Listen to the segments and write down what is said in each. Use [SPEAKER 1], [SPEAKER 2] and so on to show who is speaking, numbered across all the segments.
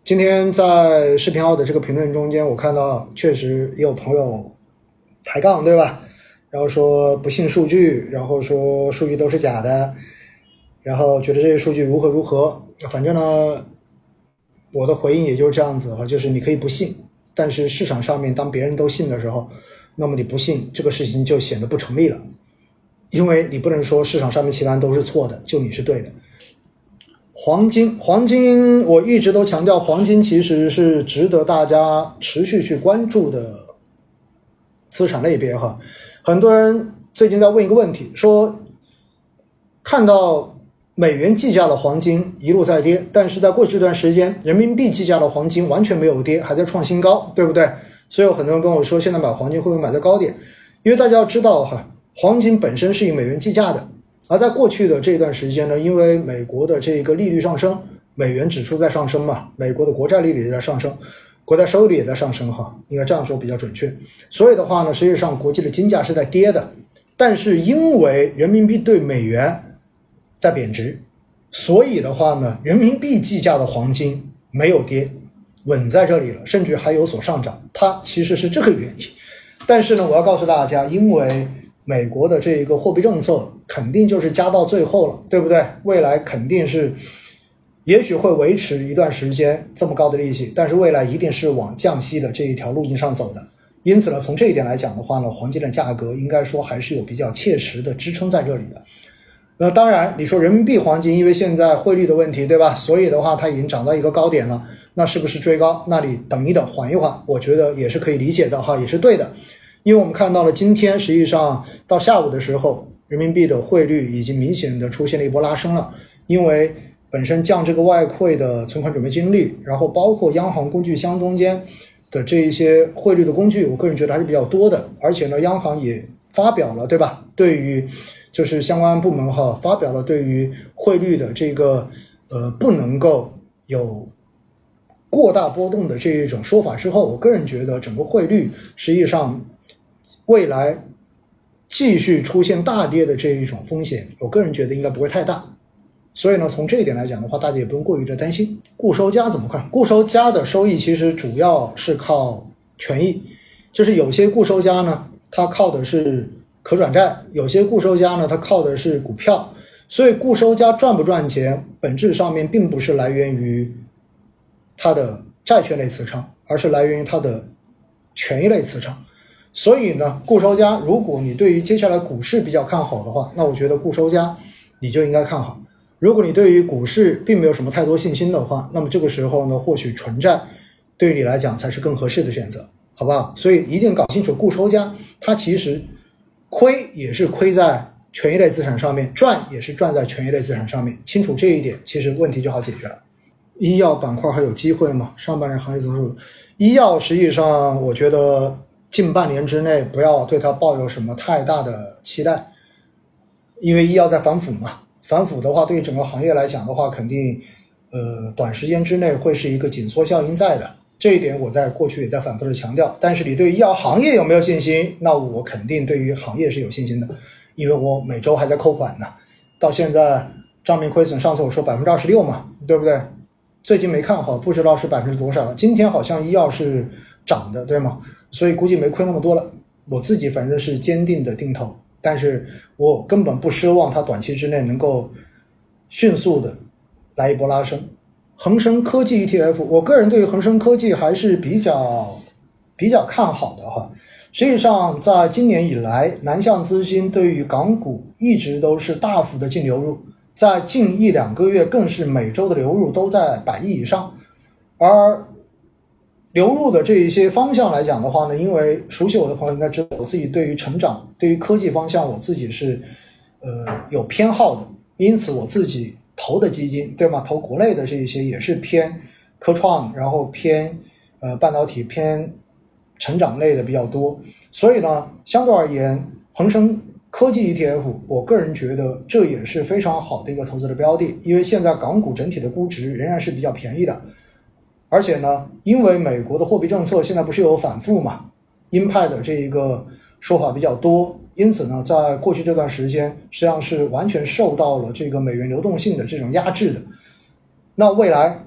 [SPEAKER 1] 今天在视频号的这个评论中间，我看到确实也有朋友抬杠，对吧？然后说不信数据，然后说数据都是假的，然后觉得这些数据如何如何。反正呢，我的回应也就是这样子，就是你可以不信，但是市场上面当别人都信的时候，那么你不信这个事情就显得不成立了，因为你不能说市场上面其他人都是错的，就你是对的。黄金我一直都强调，黄金其实是值得大家持续去关注的资产类别哈。很多人最近在问一个问题，说看到美元计价的黄金一路在跌，但是在过去这段时间人民币计价的黄金完全没有跌，还在创新高，对不对？所以有很多人跟我说，现在买黄金会不会买在高点？因为大家要知道哈，黄金本身是以美元计价的，而在过去的这段时间呢，因为美国的这个利率上升，美元指数在上升嘛，美国的国债利率也在上升，国债收益率也在上升哈，应该这样说比较准确。所以的话呢，实际上国际的金价是在跌的，但是因为人民币对美元在贬值，所以的话呢，人民币计价的黄金没有跌，稳在这里了，甚至还有所上涨，它其实是这个原因。但是呢，我要告诉大家，因为美国的这个货币政策肯定就是加到最后了，对不对？未来肯定是也许会维持一段时间这么高的利息，但是未来一定是往降息的这一条路径上走的。因此呢，从这一点来讲的话呢，黄金的价格应该说还是有比较切实的支撑在这里的。那当然你说人民币黄金因为现在汇率的问题，对吧？所以的话它已经涨到一个高点了，那是不是追高？那你等一等缓一缓，我觉得也是可以理解的哈，也是对的。因为我们看到了今天实际上到下午的时候，人民币的汇率已经明显的出现了一波拉升了，因为本身降这个外汇的存款准备金率，然后包括央行工具箱中间的这一些汇率的工具，我个人觉得还是比较多的。而且呢，央行也发表了，对吧？对于就是相关部门哈，发表了对于汇率的这个不能够有过大波动的这一种说法之后，我个人觉得整个汇率实际上未来继续出现大跌的这一种风险，我个人觉得应该不会太大。所以呢，从这一点来讲的话，大家也不用过于的担心。固收加怎么看？固收加的收益其实主要是靠权益，就是有些固收加呢，它靠的是可转债，有些固收加呢，它靠的是股票。所以固收加赚不赚钱，本质上面并不是来源于它的债券类资产，而是来源于它的权益类资产。所以呢，固收加，如果你对于接下来股市比较看好的话，那我觉得固收加你就应该看好。如果你对于股市并没有什么太多信心的话，那么这个时候呢，或许纯债对于你来讲才是更合适的选择，好不好？所以一定搞清楚，固收加它其实亏也是亏在权益类资产上面，赚也是赚在权益类资产上面，清楚这一点，其实问题就好解决了。医药板块还有机会吗？上半年行业增速，医药实际上我觉得近半年之内不要对它抱有什么太大的期待，因为医药在反腐嘛，反腐的话对于整个行业来讲的话，肯定短时间之内会是一个紧缩效应在的，这一点我在过去也在反复的强调。但是你对于医药行业有没有信心？那我肯定对于行业是有信心的，因为我每周还在扣款呢，到现在账面亏损，上次我说 26% 嘛，对不对？最近没看好，不知道是多少了。今天好像医药是涨的，对吗？所以估计没亏那么多了。我自己反正是坚定的定投，但是我根本不奢望它短期之内能够迅速的来一波拉升。恒生科技 ETF， 我个人对于恒生科技还是比较看好的哈。实际上在今年以来，南向资金对于港股一直都是大幅的净流入，在近1-2个月更是每周的流入都在100亿以上。而流入的这一些方向来讲的话呢，因为熟悉我的朋友应该知道，我自己对于成长，对于科技方向我自己是有偏好的，因此我自己投的基金，对吗？投国内的这一些也是偏科创，然后偏半导体，偏成长类的比较多。所以呢，相对而言，恒生科技 ETF 我个人觉得这也是非常好的一个投资的标的，因为现在港股整体的估值仍然是比较便宜的。而且呢，因为美国的货币政策现在不是有反复嘛，鹰派的这一个说法比较多，因此呢，在过去这段时间实际上是完全受到了这个美元流动性的这种压制的。那未来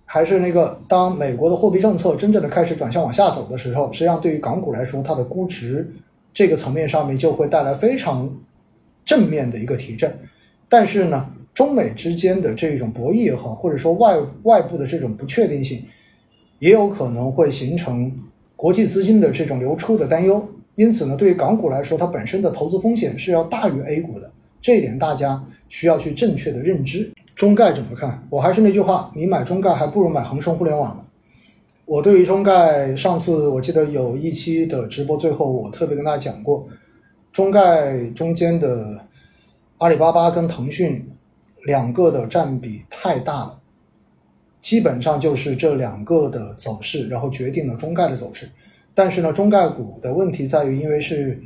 [SPEAKER 1] 还是那个，当美国的货币政策真正的开始转向往下走的时候，实际上对于港股来说，它的估值这个层面上面就会带来非常正面的一个提振。但是呢，中美之间的这种博弈也好，或者说外部的这种不确定性，也有可能会形成国际资金的这种流出的担忧。因此呢，对于港股来说，它本身的投资风险是要大于 A 股的，这一点大家需要去正确的认知。中概怎么看？我还是那句话，你买中概还不如买恒生互联网呢。我对于中概，上次我记得有一期的直播，最后我特别跟大家讲过，中概中间的阿里巴巴跟腾讯两个的占比太大了，基本上就是这两个的走势，然后决定了中概的走势。但是呢，中概股的问题在于，因为是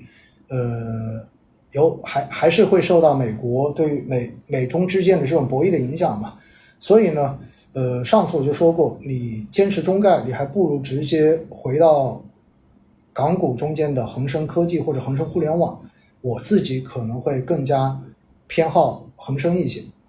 [SPEAKER 1] 还是会受到美国对于美中之间的这种博弈的影响嘛，所以呢，上次我就说过，你坚持中概，你还不如直接回到港股中间的恒生科技或者恒生互联网，我自己可能会更加偏好恒生一些。